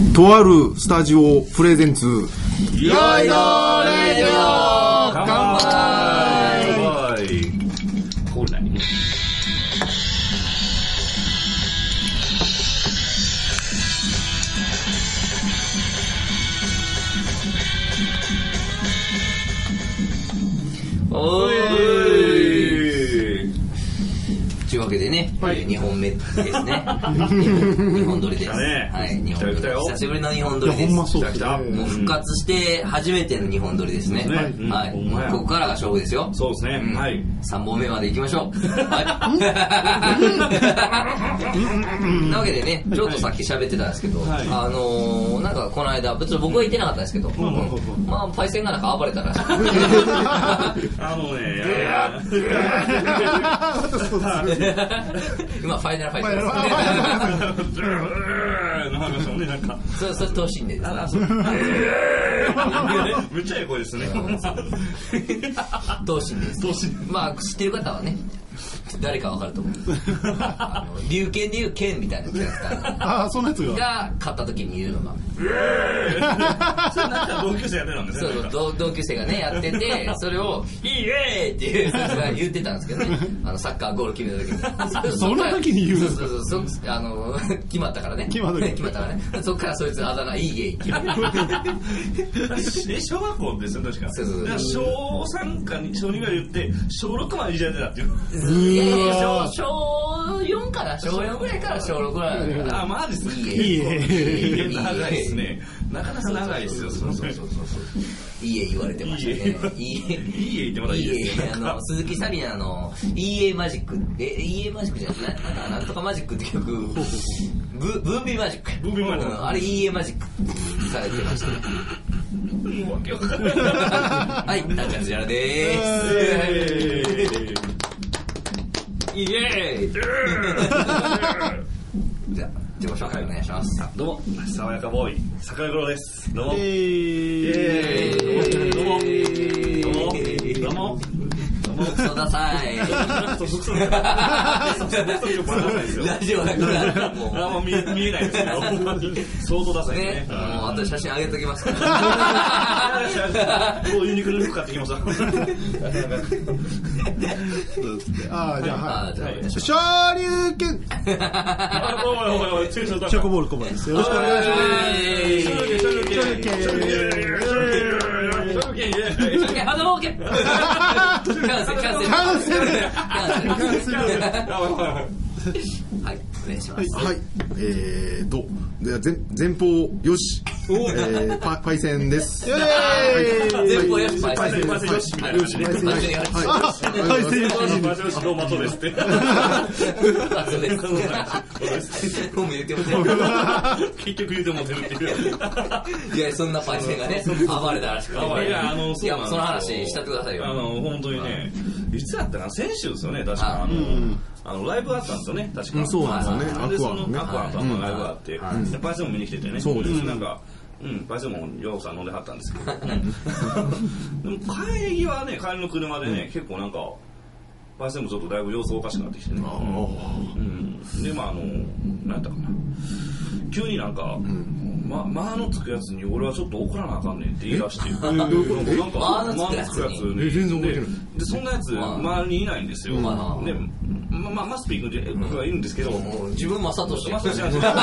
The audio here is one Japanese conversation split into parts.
とあるスタジオプレゼンツよいのレディオ乾杯。 これ何？ おいというわけでね、はい、2本目ですね。2本撮りです。はい、2本撮り。久しぶりの2本撮りです。 もう復活して初めての2本撮りですね。はい。ここからが勝負ですよ。 そうですね。はい。 3本目まで行きましょう。はい。なわけでね、ちょっとさっき喋ってたんですけど、なんかこの間、別に僕は言ってなかったんですけど、まあパイセンがなんか暴れたらしい。今ファイナルファイトそれ等身でですめっちゃいい声ですね。 等身です。まあ知ってる方はね誰かわかると思う。龍剣でいう剣みたいなキャラクターそんなやつが勝った時にいるのがそれなんか同級生やってたんですね。 そう同級生がねやってて、それをイエーイっていう言ってたんですけどね。サッカーゴール決めた時にその時に言う。 そう決まったからね。決まったからね。そっからそいつあだ名イエーイって小学校ですよ確か。小3か小2ぐらい言って小6までいじられてたっていう。 いや小4から小4ぐらいから小6ぐらいだから。 マジですか。 いい長いですね。なかなか長いですよ。そういいえ言われてましたね。いいえ言ってもらいいですね。 鈴木紗理奈のいいえマジック、いいえマジックじゃないなんとかマジックって曲、ブービーマジック。あれいいえマジックされてましたね。 もうわけわかんない。 はい、中津原でーす。イエーイ。じゃあ自己紹介お願いします。 どうも爽やかボーイ桜黒です。どうも。どうも。 クソダサい。ラジオだからもう見えないですけど相当ダサいね。 もうあと写真あげときますから。 もうユニクロの服買ってきました。 じゃあ昇竜拳チョコボール小林です。よろしくお願いします。キャンセル。 はい、お願いします。 はい、では前方よし、パイセンです。 前方よし、パイセンよし。 パイセンよし、どうもそうですって。 本も言ってもてる。 結局言ってもてるっていう。 いや、そんなパイセンがね、暴れたらしくて。いや、その話しちゃってくださいよ。 本当にね、いつだったかな、先週ですよね、確か。ライブあったんですよね、確か。 そうなんですよね。 アクアのライブがあって、パイセンも見に来ててね。そうです。なんか、パイセンもヨウさん飲んではったんですけど。でも帰りはね、帰りの車でね、結構なんか、パイセンもちょっとだいぶ様子おかしくなってきてね。で、まあなんやったかな。急になんか、マーのつくやつに俺はちょっと怒らなあかんねんって言い出して。なんか、マーのつくやつに。で、そんなやつ、周りにいないんですよ。で、マスピー君って僕はいるんですけど。 自分マサトシ。マサトシなんですよ。マ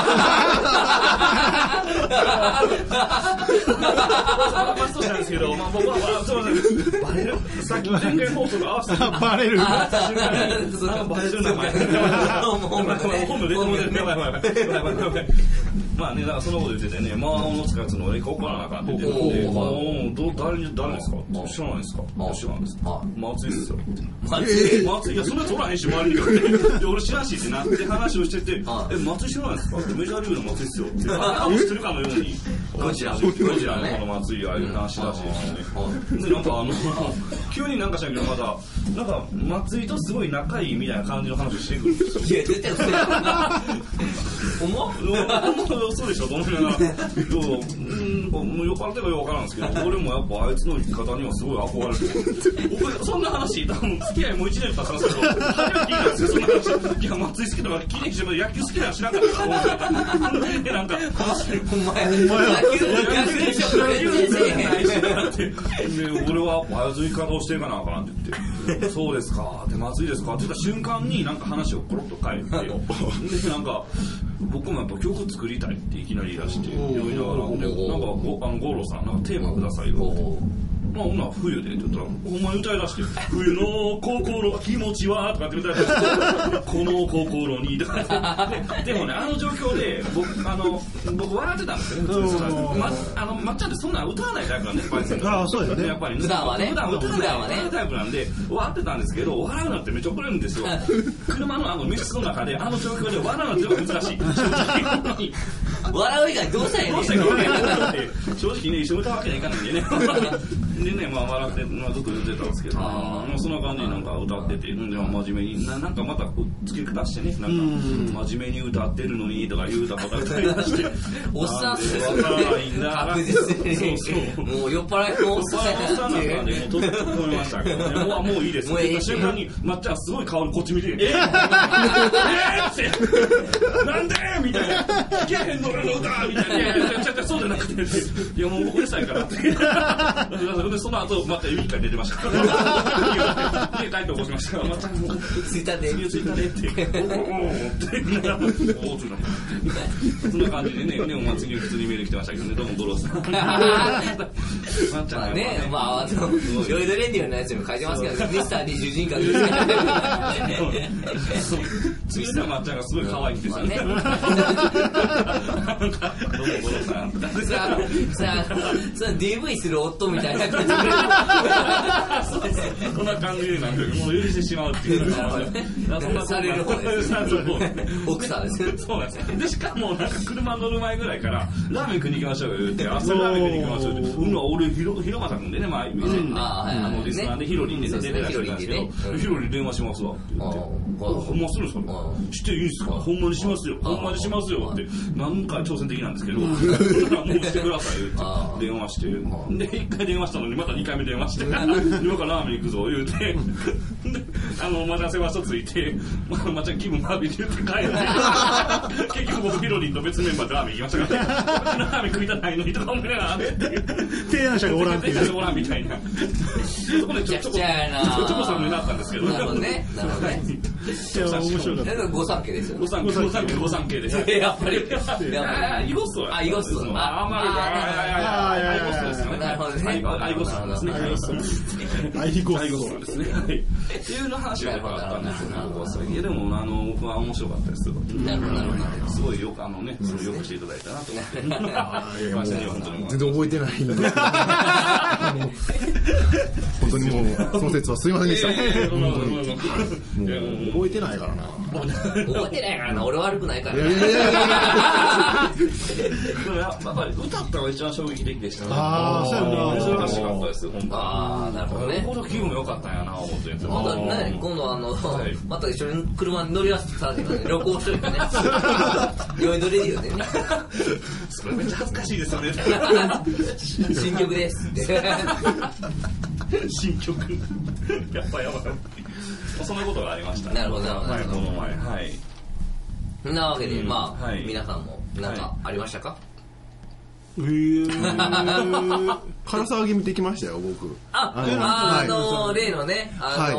ストシなんですけど、僕は、すいません。バレる？さっき前回放送が合わせて。 バレる？ バレる名前。本部出てもらって。やばい。まあね、だからそのこと言っててね、マーのつくやつの俺怒らなあかんって言ってて、誰ですか？知らないですか？知らないです。松井ですよ。松井、いや、そんなやつおらへんし、周りに。俺知らんしってなって話をしてて、松井知らないですか？メジャーリーグの松井ですよ。って知ってるかのように、 ゴジラの松井ああいう話し出してですね。で、なんか急になんかしないけど、まだ、なんか松井とすごい仲いいみたいな感じの話をしてくるんですよ。 いや、絶対嘘や。 そうでしょと思いながら酔っ払ってかよくわからんですけど、俺もやっぱあいつの生き方にはすごい憧れて、僕そんな話多分付き合いもう1年経ったんですけど、初めて聞いたんですよそんな話。いや松井好きとか聞いてきても野球好きなの知らんかったからでなんかお前野球で俺はあいつの生き方をしていかなあかなって言ってそうですかって松井ですかって言った瞬間になんか話をコロッと変えてでなんか僕もやっぱ曲作りたいっていきなり言い出して読みながらなんか五郎さんなんかテーマくださいよまあほんなら冬でって言ったらお前歌い出して冬の心気持ちはとかって歌い出してこの心にとかでもねあの状況で僕笑ってたんですよねまっちゃんってそんな歌わないタイプなんでそうですねやっぱり普段はね普段歌わないタイプなんで笑ってたんですけど笑うなんてめっちゃ怒れるんですよ車の密室の中であの状況で笑うなんていうのが難しい笑う以外どうしたらいいの正直ね一緒に歌うわけにはいかないんでねでねまあ笑って、ずっと言ってたんですけどそんな感じになんか歌っててでも真面目になんかまた付け足してねなんか真面目に歌ってるのにとか言う歌また歌い出しておっさんっすね分からないんだ確実にもう酔っ払いのおっさんなんかねもう止めましたけどねもういいですって言った瞬間にまっちゃんすごい顔でこっち見てってなんでみたいな「いけへんの俺の歌」みたいな「いやそうじゃなくて」いやもううるさいからってでその後またユキから出てましたから家帰って起こしましたまたもうツイッターでっておおそんな感じでねお祭りに普通にメール来てましたけどねどうもドローさんまあねまあ酔いどれんディオのやつにも書いてますけどミスター二重人格次のまっちゃんがすごい可愛いんですよねどうもドローさんそれ DV する夫みたいな感じこんな感じでなんかもう許してしまうっていうのがされる方です奥さんですそうなんですでしかもなんか車乗る前ぐらいからラーメン食いに行きましょうよ言ってあっさりラーメン食いに行きましょうって俺広間君でねまあ以前リスナーでヒロリンで出てらっしゃったんですけどヒロリン電話しますわって言ってほんまするんですかしていいですかほんまにしますよほんまにしますよって何回挑戦的なんですけどもうしてくださいよって電話してで1回電話したのにまた2回目電話して今からラーメン行くぞ言うてで待たせ場所ついてまっちゃん気分悪いって言って帰って結局僕ヒロリンと別メンバーでラーメン行きましたからラーメン食いたないのにとか思いながら提案者がおらんっていうおらんみたいなそこでちょこさんになったんですけどなるほどねなるほどねいや面白かった御三家ですよ御三家ですやっぱりイゴストイゴストアイゴストですよねなるほどねアイゴストですねアイゴストですねっていうの話があったんですけどいやでも僕は面白かったですなるほどすごいよくねよくしていただいたなと思って全然覚えてないんで本当にもうその説はすいませんでした覚えてないからな覚えてないからな俺悪くないからやっぱり歌ったのが一番衝撃的でしたねそう珍しかったですよなるほどねこの気分良かったんやな思ってまたね今度また一緒に車に乗り合わせてさ旅行しといてね酔いどれるよねそれめっちゃ恥ずかしいですよね新曲ですって新曲やっぱそんなことがありましたなるほどこの前はいそんなわけでまあ皆さんも何かありましたか唐沢気見てきましたよ僕例のね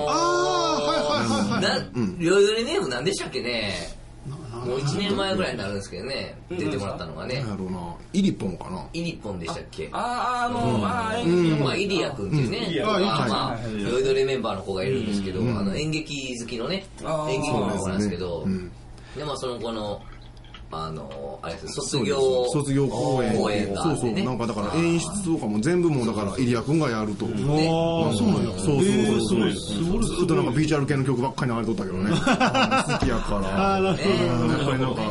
酔いどれネーム何でしたっけねもう1年前ぐらいになるんですけどね出てもらったのがねイリポンかなイリポンでしたっけイリヤ君っていうね酔いどれメンバーの子がいるんですけど演劇好きのね演劇の子なんですけどでその子のあれです卒業公演がそうなんかだから演出とかも全部もうだからイリア君がやるとそうなんやそうずっとなんかビジュアル系の曲ばっかり流れとったけどね好きやからなるほど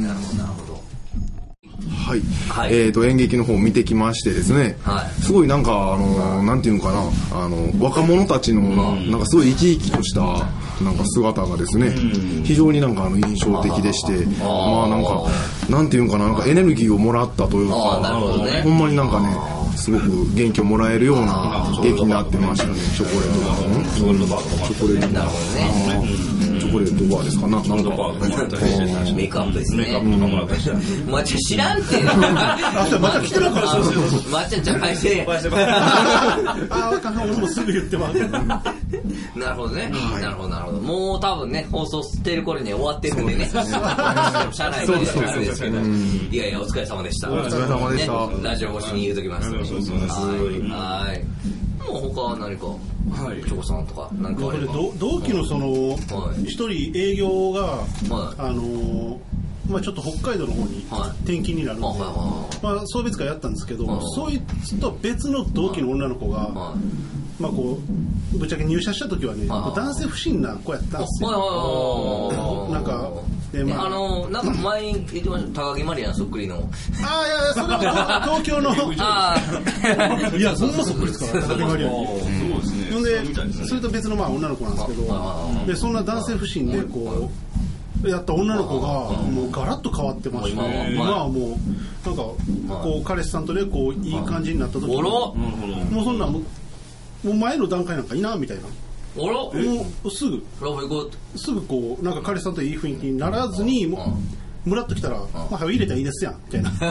はい演劇の方を見てきましてですねすごいなんかなんていうのかな若者たちのなんかすごい生き生きとしたなんか姿がですね、非常になんか印象的でして、まあなんかなんていうんかな、なんかエネルギーをもらったというか、ほんまになんかね、すごく元気をもらえるような劇になってましたね。チョコレートバー、チョコレートバー、チョコレートバー、チョコレートバーですかな、なんかメイクアップですね。 メイクアップとかもらったりして。 まあ知らんって。 また来てなかった。 まっちゃんちゃん返して。 ああ、俺もすぐ言ってます。 なるほどね。なるほどなるほど。もう多分ね、放送してる頃には終わってるんでね。社内であれですけど。いやいや、お疲れ様でした。 お疲れ様でした。 ラジオ越しに言うときます。はい。もう他は何か、チョコさんとか何かあれば。 同期のその一人営業がまあちょっと北海道の方に転勤になるので、まあ送別会やったんですけど、そいつと別の同期の女の子が、まあこうぶっちゃけ入社した時はね、男性不信な子やったんですよ。なんか。 なんか前に言ってました高木マリアンそっくりの。 いやそれは東京の。いやそんなそっくりですから高木マリアン。そうですね。ほんでそれと別のまあ女の子なんですけど、でそんな男性不信でこうやった女の子がもうガラッと変わってまして、今はもうなんかこう彼氏さんとねこういい感じになった時に、もうそんなもう前の段階なんかいなみたいな。もうすぐこうなんか彼氏さんといい雰囲気にならずにもうムラっときたら「まあ入れたらいいですやん」みたいなみたい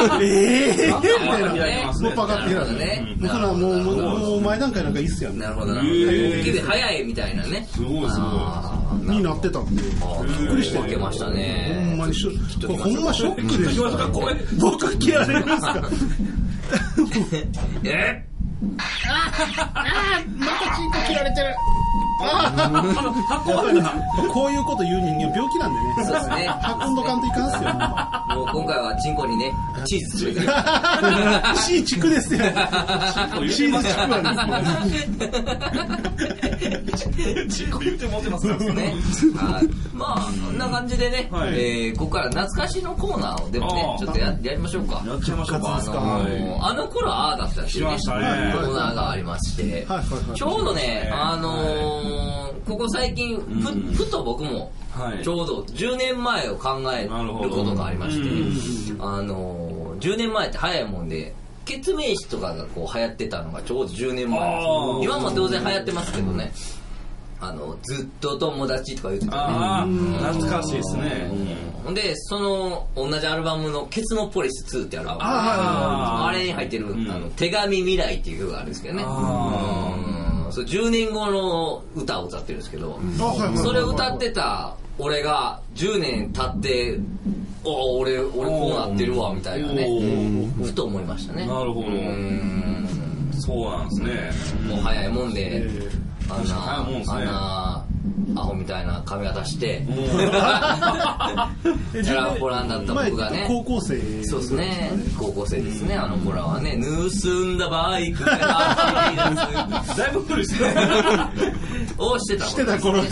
なもうパカッて開いてもうそんなもう前段階なんかいいっすやん。 なるほどなるほど。早いみたいなね。 すごいすごい。 になってたんでびっくりして負けましたね。 ほんまにほんまショックでした。僕嫌われるんですか。またチンコ切られてる。こういうこと言う人間病気なんでね。 そうですね。 運んどかんといかんすよ。 もう今回はチンコにねチーズつけてる。 チーチクですよ。チーズチクなんですね。チンコ言って持ってますからね。 まあこんな感じでね、ここから懐かしのコーナーをでもねちょっとやりましょうか。 やっちゃいましょうか。 あの頃ああだったっていうねコーナーがありまして、ちょうどねここ最近ふと僕もちょうど10年前を考えることがありまして、10年前って早いもんでケ名詞とかがこう流行ってたのがちょうど10年前。今も当然流行ってますけどね。ずっと友達とか言ってたね。 懐かしいですね。 でその同じアルバムのケツノポリス2ってアルバム、あれに入ってる手紙未来っていう曲があるんですけどね。10年後の歌を歌ってるんですけど、それを歌ってた俺が10年経って俺こうなってるわみたいなね、ふと思いましたね。 なるほど。そうなんですね。 もう早いもんであんなアホみたいな髪型してチャラホランだった僕がね、 高校生。 そうですね、高校生ですね。あの子らはね、盗んだバイクで走りだいぶ古いですね。 をしてた頃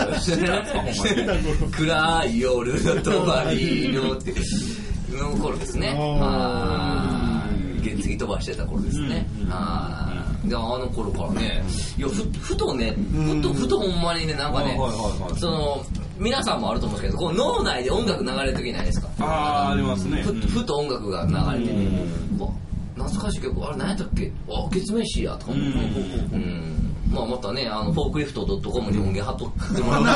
暗い夜の隣のっての頃ですね。原付飛ばしてた頃ですね。であの頃からね、いやふとね、ふとほんまにね、なんかね、その皆さんもあると思うんですけど、こう脳内で音楽流れる時ないですか。 ありますね。 ふと音楽が流れてね、懐かしい曲、あれ何やったっけ、ケツメイシやとか思って、まあまたね、フォークリフト.com に音源貼っとってもらう。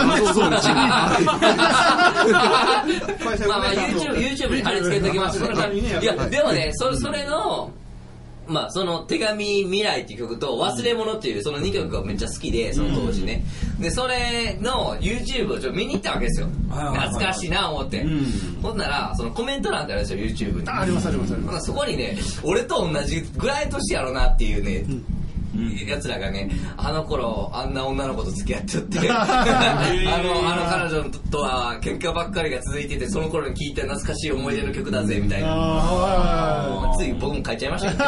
まあ YouTube に貼り付けておきますね。いやでもね、それのまあその手紙未来っていう曲と忘れ物っていうその2曲がめっちゃ好きで、その当時ね。でそれの YouTube をちょっと見に行ったわけですよ。懐かしいな思って。ほんならそのコメント欄ってあるんですよ YouTube に。 ありますありますあります。そこにね、俺と同じぐらい年やろなっていうね。奴らがね、あの頃あんな女の子と付き合ってってあの彼女とは喧嘩ばっかりが続いてて、その頃に聴いた懐かしい思い出の曲だぜみたいなつい僕も書いちゃいましたよ。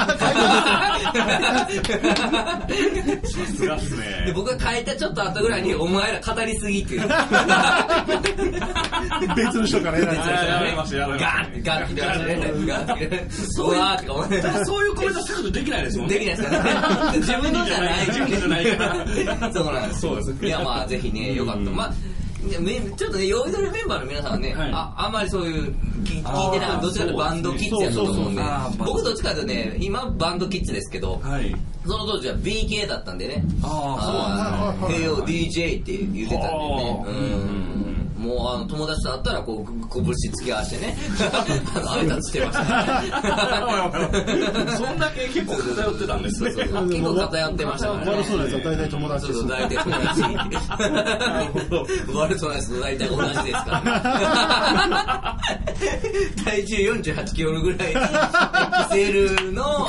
さすがっすね。 で僕が書いたちょっと後ぐらいに、お前ら語りすぎっていう。 別の人からやられてやられました、やられました。 ガンって言ってましたね。ガンって。うわーって思って。 そういうコメントしたことできないですもんね。 できないですからね。自分のじゃない。 自分じゃないから。 そうなんです。そうです。いや、まあ、ぜひね、よかった。まあ、ちょっとね、ヨイドルメンバーの皆さんはね、あんまりそういう聞いてない、どっちかというとバンドキッズやったと思うんで、僕どっちかというとね、今バンドキッズですけど、その当時は BK だったんでね、Hey yo DJ って言ってたんでね、もう友達と会ったらこう拳突き合わせてね挨拶してましたそんだけ結構偏ってたんですね。 結構偏ってましたからね。 悪そうなやつは大体友達です。 大体友達。悪そうなやつと大体同じですから体重48キロぐらい XL の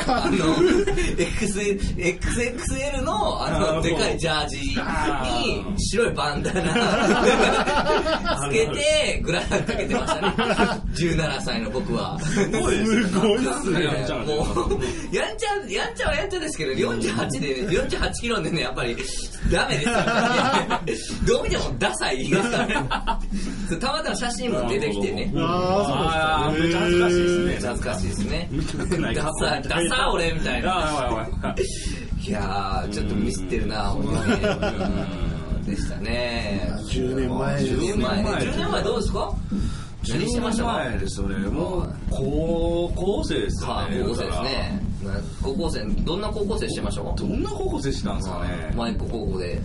XXL のでかいジャージに白いバンダナつけてグラサンかけてましたね。17歳の僕は。 すごいですね。 やんちゃはやんちゃですけど、48キロでね、やっぱりダメですよね。どう見てもダサいですからね。たまたま写真も出てきてね。 ああ、めっちゃ恥ずかしいですね。 恥ずかしいですね。ダサ俺みたいな。いやー、ちょっとミスってるな、ほんまに。でしたね。 10年前。 10年前どうですか？何してましたか？ 10年前ですよね。もう高校生ですよね。 高校生ですね。高校生、どんな高校生してましたか？ どんな高校生してたんですかね。 マイコ高校で。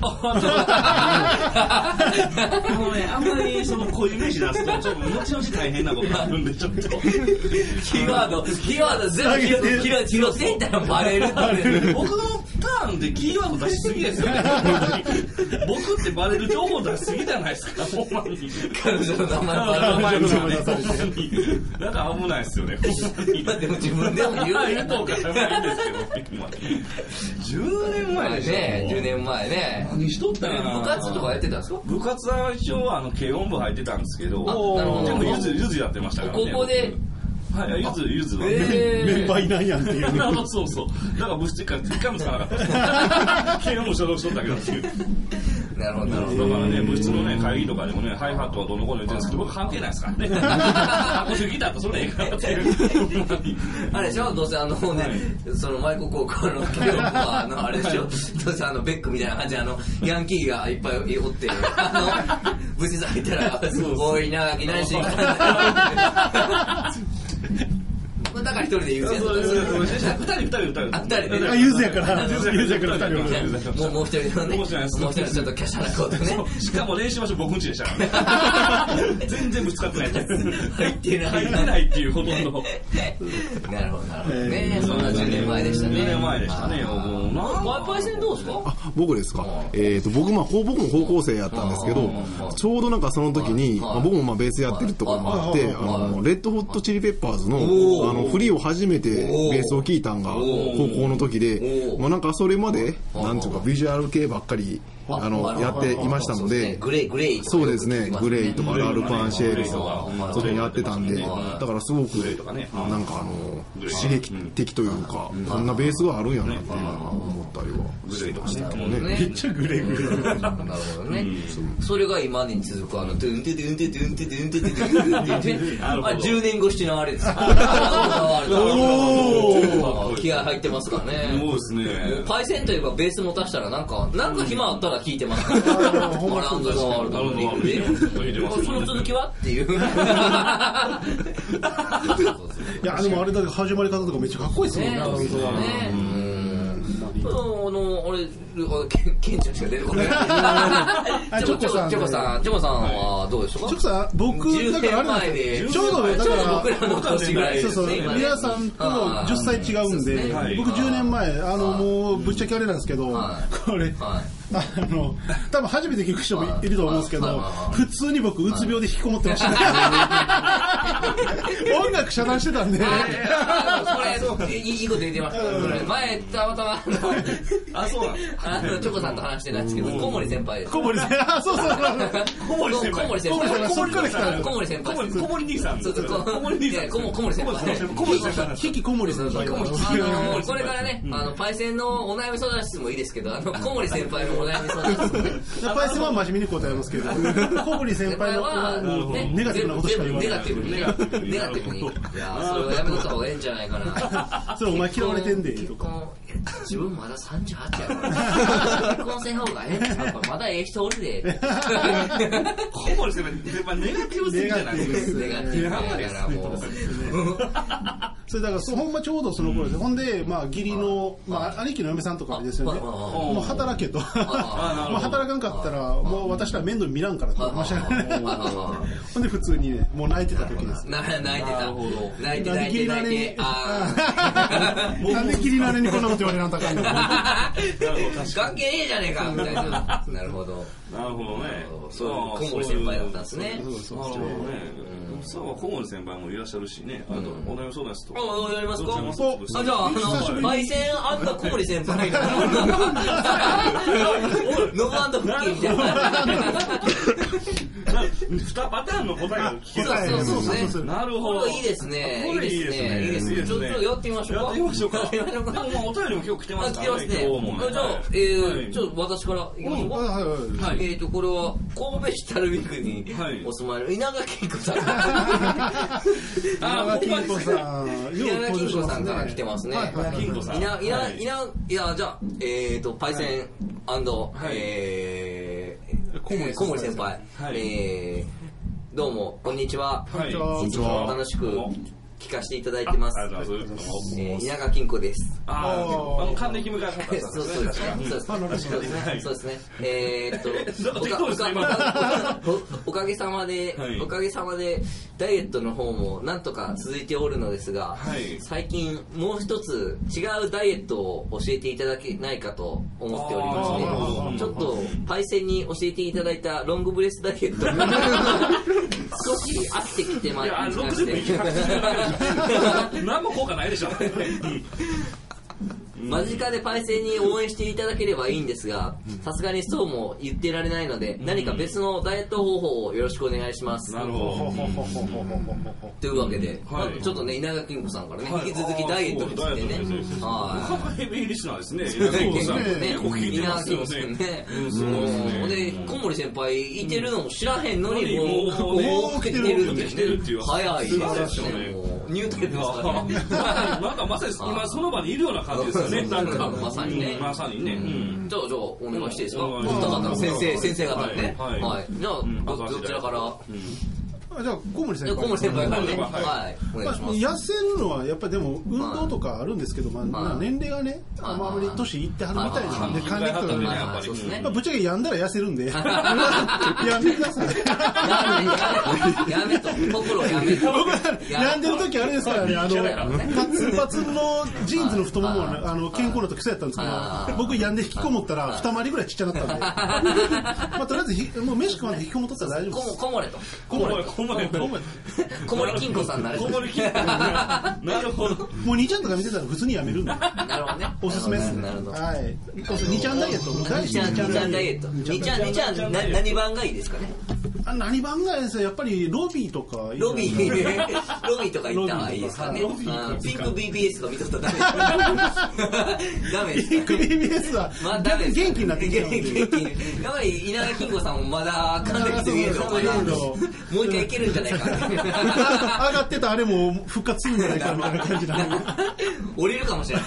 あんまりそのこういうイメージ出すとちょっと後々大変なことになるんでちょっとキーワード全部拾っていったらバレるって僕のターンでキーワード出しすぎですよね。僕ってバレる情報出しすぎじゃないですか。ほんまに彼女の名前なんか危ないですよね。 今でも自分でも言うとかじゃないんですけど10年前でしょ。 10年前ね。 何しとったら部活とかやってたんですか？ 部活は一応軽音部入ってたんですけど、でもゆずやってましたからね。 高校ではい、ゆずはメンバーいないやんっていう。 そうそう。だから部室から一回もつかなかった。軽音部所属しとったけどっていう。 なるほど、なるほど。だからね、部室のね、会議とかでもね、ハイハットはどの子の言ってるんですけど、僕関係ないですからね。アコースティックギターとそれええからっていう。 あれでしょ、どうせそのマイコ高校の軽音部は、あれでしょ、どうせベックみたいな感じで、ヤンキーがいっぱいおって、部室入ったら、おい、長木何しに来たんだよ。だから一人で言うやつ。 二人で。ゆずやから2人。 もう一人のね。もう一人ちょっと華奢な子でね。 しかも練習場所僕んちでしたからね。全然ぶつかってない。 入ってないっていうほとんど。 なるほど、なるほど。ね、そんな10年前でしたね。 10年前でしたね。 パイセンどうですか？ 僕ですか？僕も高校生やったんですけど、ちょうどなんかその時に、僕もベースやってるところもあって、レッドホットチリペッパーズのフリーを初めてベースを聴いたんが高校の時で、なんかそれまでなんていうかビジュアル系ばっかりやっていましたので、 グレイそうですね、グレイとかラルパンシェールとかそれやってたんで、だからすごくなんか刺激的というか、こんなベースがあるんやなって思ったりはしてたもんね。 めっちゃグレイ。 なるほどね。それが今に続くドゥンテドゥンテドゥンテドゥンテドゥンテドゥンテ10年越しのあれです。気合入ってますからね。 そうですね。 パイセンといえばベースも足したらなんか暇あったら弾いてます。ランドがあるのに。その続きはっていう。 いやでもあれだけ始まり方とかめっちゃかっこいいですもんね。 ケンちゃんしか出てこない。チョコさんはどうでしょうか？ チョコさん、僕、だからあれですよ。ちょうどね、だから、 僕らの年ぐらい。 そうそう、皆さんと10歳違うんで、僕10年前、もうぶっちゃけあれなんですけど、これ、多分初めて聞く人もいると思うんですけど、普通に僕、うつ病で引きこもってました。 音楽遮断してたんで。 それ、いいこと言ってました。前、たまたま、そうなのチョコさんと話してたんですけど、小森先輩です。 小森先輩。そう。 小森先輩。 小森先輩。 小森先輩。 小森兄さん。 小森兄さん。小森先輩。 引き小森先輩。 これからね、パイセンのお悩み相談室もいいですけど、小森先輩のお悩み相談室もね。 パイセンは真面目に答えますけど、小森先輩のネガティブなことしか言わない。 ネガティブに。いや、それはやめとった方がええんじゃないかな。 それお前嫌われてんで、とか。 自分まだ38やから。結婚せん方がええんちゃうか。まだええ人おるで。 小森先輩、ネガティブすぎじゃないですか。 ネガティブだからもう。 それだからほんまちょうどその頃です。ほんで、まあ義理の、まあ兄貴の嫁さんとかですよね。もう働けと。もう働かんかったら、もう私ら面倒見らんからと。ほんで普通にね、もう泣いてた時です。 泣いてた。泣いて。なんで義理の姉にこんなこと言われなんたかんの。 関係ねえじゃねえかみたいな。なるほど。 なるほどね。 そう、小森先輩だったんですね。 そう。小森先輩もいらっしゃるしね。あと、お悩み相談室とか。 やりますか？じゃあ、パイセン小森先輩。ノブ&フッキーみたいな。 2パターンの答えが聞けた。 そう。 なるほど。 いいですね。いいですね。ちょっとやってみましょうか。 でもお便りも今日来てますからね。 じゃあ、ちょっと私からいきましょうか。これは神戸市垂水区にお住まいの稲垣金子さん。稲垣金子さんから来てますね。 金子さん。 じゃあ、パイセン&小森先輩。どうも、こんにちは。いつも楽しく聞かせていただいてます。稲垣金子です。 還暦迎えたったんですね。おかげさまでダイエットの方もなんとか続いておるのですが、最近もう一つ違うダイエットを教えていただけないかと思っておりまして、ちょっとパイセンに教えていただいたロングブレスダイエット少し飽きてきてまいりまして、 何も効果ないでしょ。 間近でパイセンに応援していただければいいんですが、さすがにそうも言ってられないので、何か別のダイエット方法をよろしくお願いします。 なるほど。 というわけで、ちょっとね、稲垣金子さんからね、引き続きダイエットについてね。 ヘビーリスナーですね。 稲垣金子さんね。で、小森先輩いてるのも知らへんのに、もう来てるっていう。早いですね。ニュータイプですからね。 なんかまさに今その場にいるような感じですよね。なんかまさにね。じゃあお願いしていいですか。お二方の先生方ね。はい。じゃあどちらから。 じゃあ小森先輩からね。はい。お願いします。 痩せるのはやっぱりでも運動とかあるんですけど、年齢がね、あまり年いってはるみたいなんで、還暦とかね、ぶっちゃけ病んだら痩せるんで、やめてください。 やめと、心やめと。 病んでる時あれですからね、ツンパツンのジーンズの太ももは健康な時そうやったんですけど、僕病んで引きこもったら二回りぐらいちっちゃなったんで、とりあえずもう飯食わんで引きこもっとったら大丈夫です。 こもれと。小森金子さんになる。 小森金子。なるほど。 もう2ちゃんとか見てたら普通にやめるんで。 なるほどね。 おすすめです。 なるほど。 はい。2ちゃんダイエット。 2ちゃんダイエット。2ちゃん何番がいいですかね。 何番がいいですか。やっぱりロビーとか。 ロビーとか行った方がいいですかね。ピンク BBS とか見とったらダメです。 ピンク BBS は元気になってきた。 やっぱり稲垣金子さんもまだ還暦すぎるのかな。もう一回いけるんじゃないかな。 上がってたあれも復活するんじゃないかみたいな感じなの。 降りるかもしれない。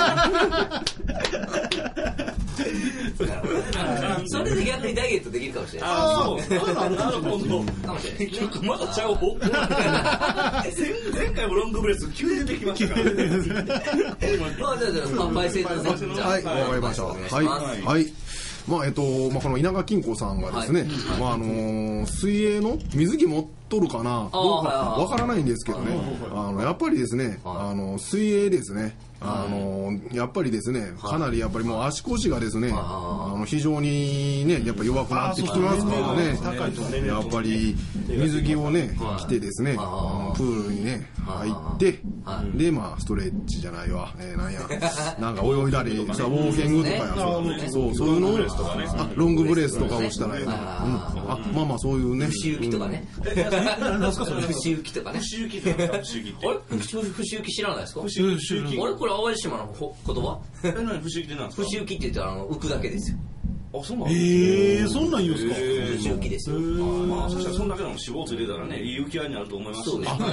それで逆にダイエットできるかもしれない。 なるほど。ちょっとまだちゃう方向。前回もロングブレス急に出てきましたから。 はい、わかりました。はい。この稲垣金子さんがですね、水泳の水着持ってとるかなどうかわからないんですけどね、やっぱりですね、水泳ですね、やっぱりですね、かなりやっぱりもう足腰がですね、非常にね、やっぱ弱くなってきてますからね、やっぱり水着をね、着てですね、プールにね、入って、で、まあ、ストレッチじゃないわ、なんか泳いだり、ウォーキングとかや、そういうのを、ロングブレスとかをしたら、まあまあ、そういうね。 節行きとかね。 何すかそれ？ 節行きとかね。 節行きって何ですか？節行きって。 あれ？節行き知らないですか？ 節行き。 あれこれ淡路島の言葉？ 何節行きって何ですか？ 節行きって言ったら浮くだけですよ。 あ、そうなんですか？ そんなん言うんですか？ 節行きですよ。 まあ、そしたらそんだけの脂肪をつ入れたらね、いい浮き輪になると思います。 そうですね。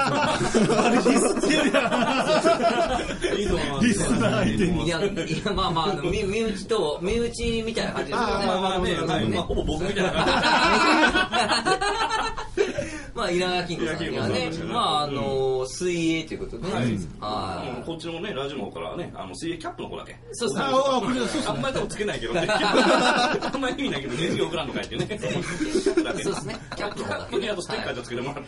いいと思います。リスナー相手に。 いや、まあまあ、身内みたいな感じですよね。 まあね、ほぼ僕みたいな感じ。 まあ、稲垣金子さんにはね、まあ、水泳ということでね。 こっちのね、ラジオの方からね、水泳キャップの子だけ。 そうですね。 あんまり多分つけないけどね。あんまり意味ないけど、年次送らんのかいってね。 そうですね。キャップの方だけ。 あとステッカーじゃつけてもらって。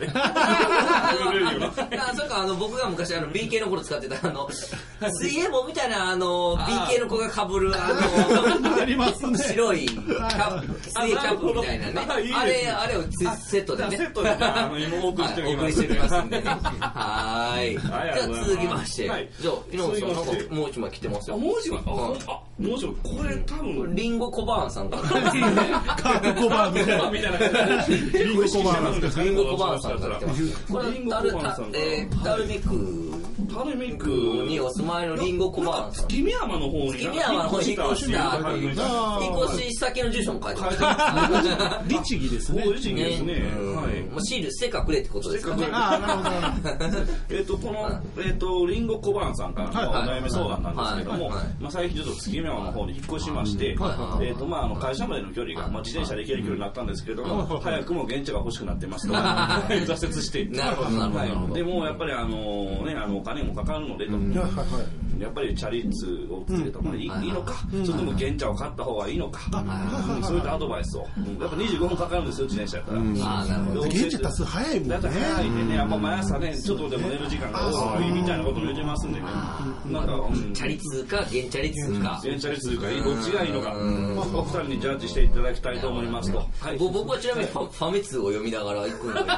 そうか、僕が昔BK の頃使ってた水泳帽みたいなBK の子が被るありますね。 白い水泳キャップみたいなね。あれをセットでね。 セットで今お送りしてお送りしておりますんでね。はい。じゃあ続きまして。じゃあ、井上さんなんかもう一枚来てますよ。 もう一枚もう一枚これ多分。 リンゴ小バーンさんから。 カープ小バーンみたいな。 リンゴ小バーン。 リンゴ小バーンさんから来てます。これタルミックにお住まいのリンゴ小バーンさん。 月見山の方に。 月見山の方に引っ越したっていう。引っ越し先の住所も書いてます。 律儀ですね。 律儀ですね。 もうシールして隠れってことですかね。 なるほど。 このリンゴ小バーンさんからのお悩み相談なんですけども、最近ちょっと月見山の方に引っ越しまして、会社までの距離が自転車で行ける距離になったんですけども、早くも現地が欲しくなってますと挫折して。 なるほどなるほど。 でもやっぱりお金もかかるのでと。やっぱりチャリ通をつけた方がいいのか、それとも原茶を買った方がいいのか、そういったアドバイスを。やっぱ25分かかるんですよ、自転車やったら。 原茶達早いもんね。 だって早いんでね、やっぱ毎朝ね、ちょっとでも寝る時間が多いみたいなことも言ってますんでね。なんか、 チャリ通か、原チャリ通か。 原チャリ通か、どっちがいいのか、お二人にジャッジしていただきたいと思いますと。 僕はちなみにファミ通を読みながら行くので。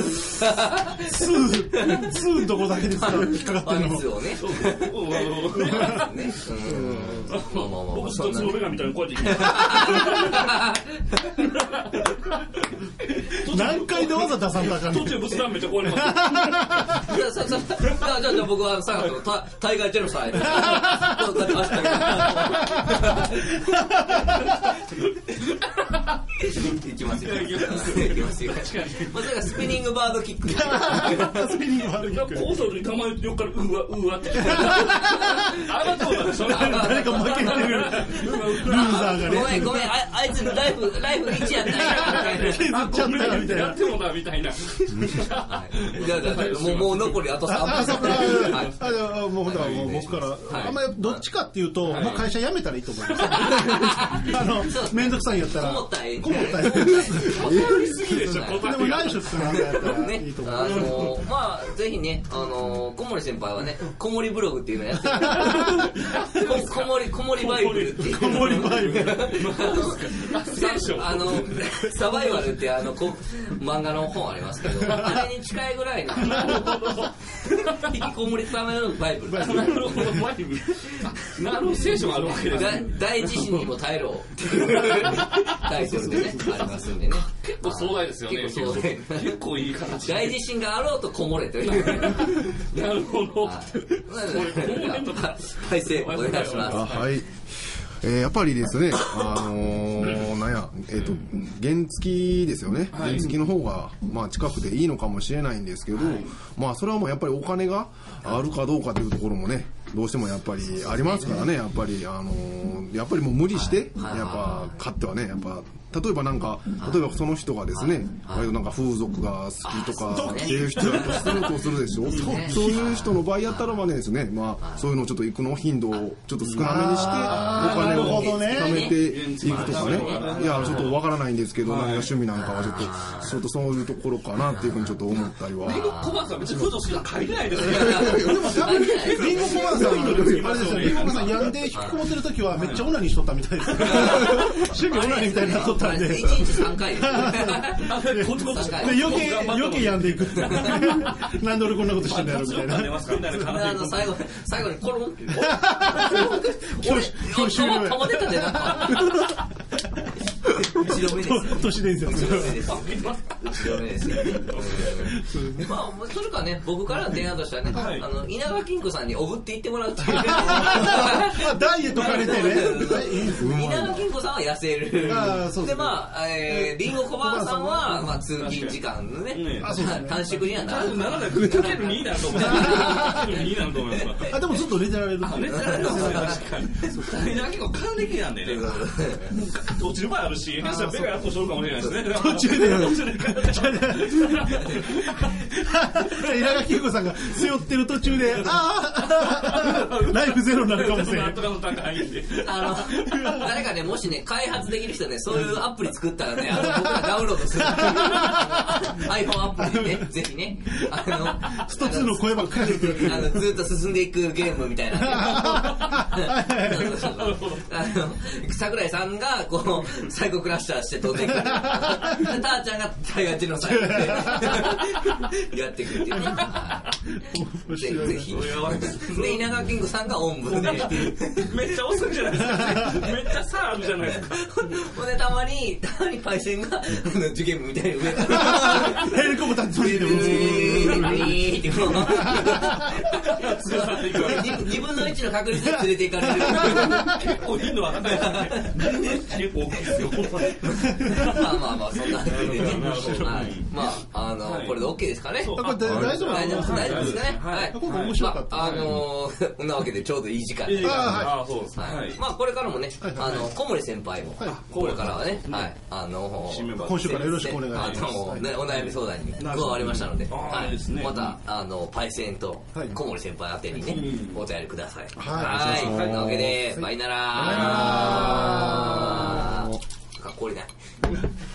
2どこだけですか引っかかってるの。 ファミ通をね。 僕一つの目がみたいにこうやって何回でわざ出さんとあかんねん。 途中仏壇めっちゃ壊れます。 じゃあ僕はさ大概ジェノサイド。いきますよ。まさかスピニングバードキック。 スピニングバードキック。 コートにたまに横からうわって。あれはどうなんでしょうね。 誰か負けてる。ルーザーがね。 ごめん、あいつライフ1やったんや。 削っちゃったみたいな。 やってもだみたいな。 もう残りあと3 分。もう僕から。あんまりどっちかっていうと、もう会社辞めたらいいと思います。めんどくさいんやったら。こもったい。 断りすぎでしょ、 でも内緒するなんかやったらいいと思う。 まあ、ぜひね、小森先輩はね、小森ブログっていうのやってる。小森バイブルっていう。 小森バイブル。 サバイバルって漫画の本ありますけど、あれに近いぐらいの。引きこもりためのバイブル。 なるほど、バイブル。なるほど、聖書があるわけですね。 大地震にも耐えろっていうタイトルでね、ありますんでね。 結構壮大ですよね。結構いい形。 大地震があろうとこもれという。 なるほど。 再生お願いします。 はい。やっぱりですね、原付ですよね。原付の方が、近くていいのかもしれないんですけど、それはもうやっぱりお金があるかどうかというところもね、 どうしてもやっぱりありますからね、やっぱりもう無理して、やっぱ買ってはね、やっぱ、例えばその人がですね、割となんか風俗が好きとかっていう人だとするでしょ。そういう人の場合やったらばねですね、まあそういうのをちょっと行くの頻度をちょっと少なめにしてお金を貯めていくとかね。いやちょっとわからないんですけど、何が趣味なんかはちょっとそういうところかなっていうふうにちょっと思ったりは。 リンゴ小判さん別に風俗好きな書いてないですよ。 でも多分リンゴ小判さんあれですよ、リンゴ小判さん病んで引きこもってる時はめっちゃオナニーしとったみたいです。趣味オナニーみたいになっとったんで。 3回余計病んでいくなんで俺こんなことしてんだよみたいな最後にコロンって今日終了溜まってたじゃん都市伝説後ろ目ですまあそれかね、僕からの提案としてはね、稲川金庫さんにおぶって言ってもらうっていうダイエット兼ねてね。 稲川金庫さんは痩せるで、まあリンゴ小判さんはまあ通勤時間のね短縮にはなる。 ならないかける2になると思います。 でもずっと寝てられる。 寝てられる。確かに。稲川金庫還暦なんでね。落ちる場合あるし、ベガやっとしょるかもしれないですね。 途中で稲川金庫さんが背負ってる途中でライフゼロになるかもしれない。 誰かね、もしね開発できる人ね、そういうアプリ作ったらね、僕らダウンロードするiPhone アプリでね、ぜひね、 スト2の声ばっかりずっと進んでいくゲームみたいな。桜井さんがこうサイコクラッシャーして飛んでいく。ターちゃんが対話地のサイドでやっていくっていうね。ぜひ。で、稲川金吾さんがおんぶで。 めっちゃ遅いじゃないですか。めっちゃ差あるじゃないですか。 ほんで、たまにパイセンが受験部みたいに上から。 ヘリコプターついてる。 2分の1の確率で連れて行かれる。 結構いいのは結構大きいですよ。 まあそんな感じでね。まあこれで OK ですかね。 これ大丈夫ですかね。はい。 これ面白かった。 こんなわけでちょうどいい時間。 そうです。 まあこれからもね、小森先輩もこれからはね、 今週からよろしくお願いします。 お悩み相談に加わりましたので、またパイセンと小森先輩宛てにねお便りください。はい。というわけでバイナラー。かっこいいね。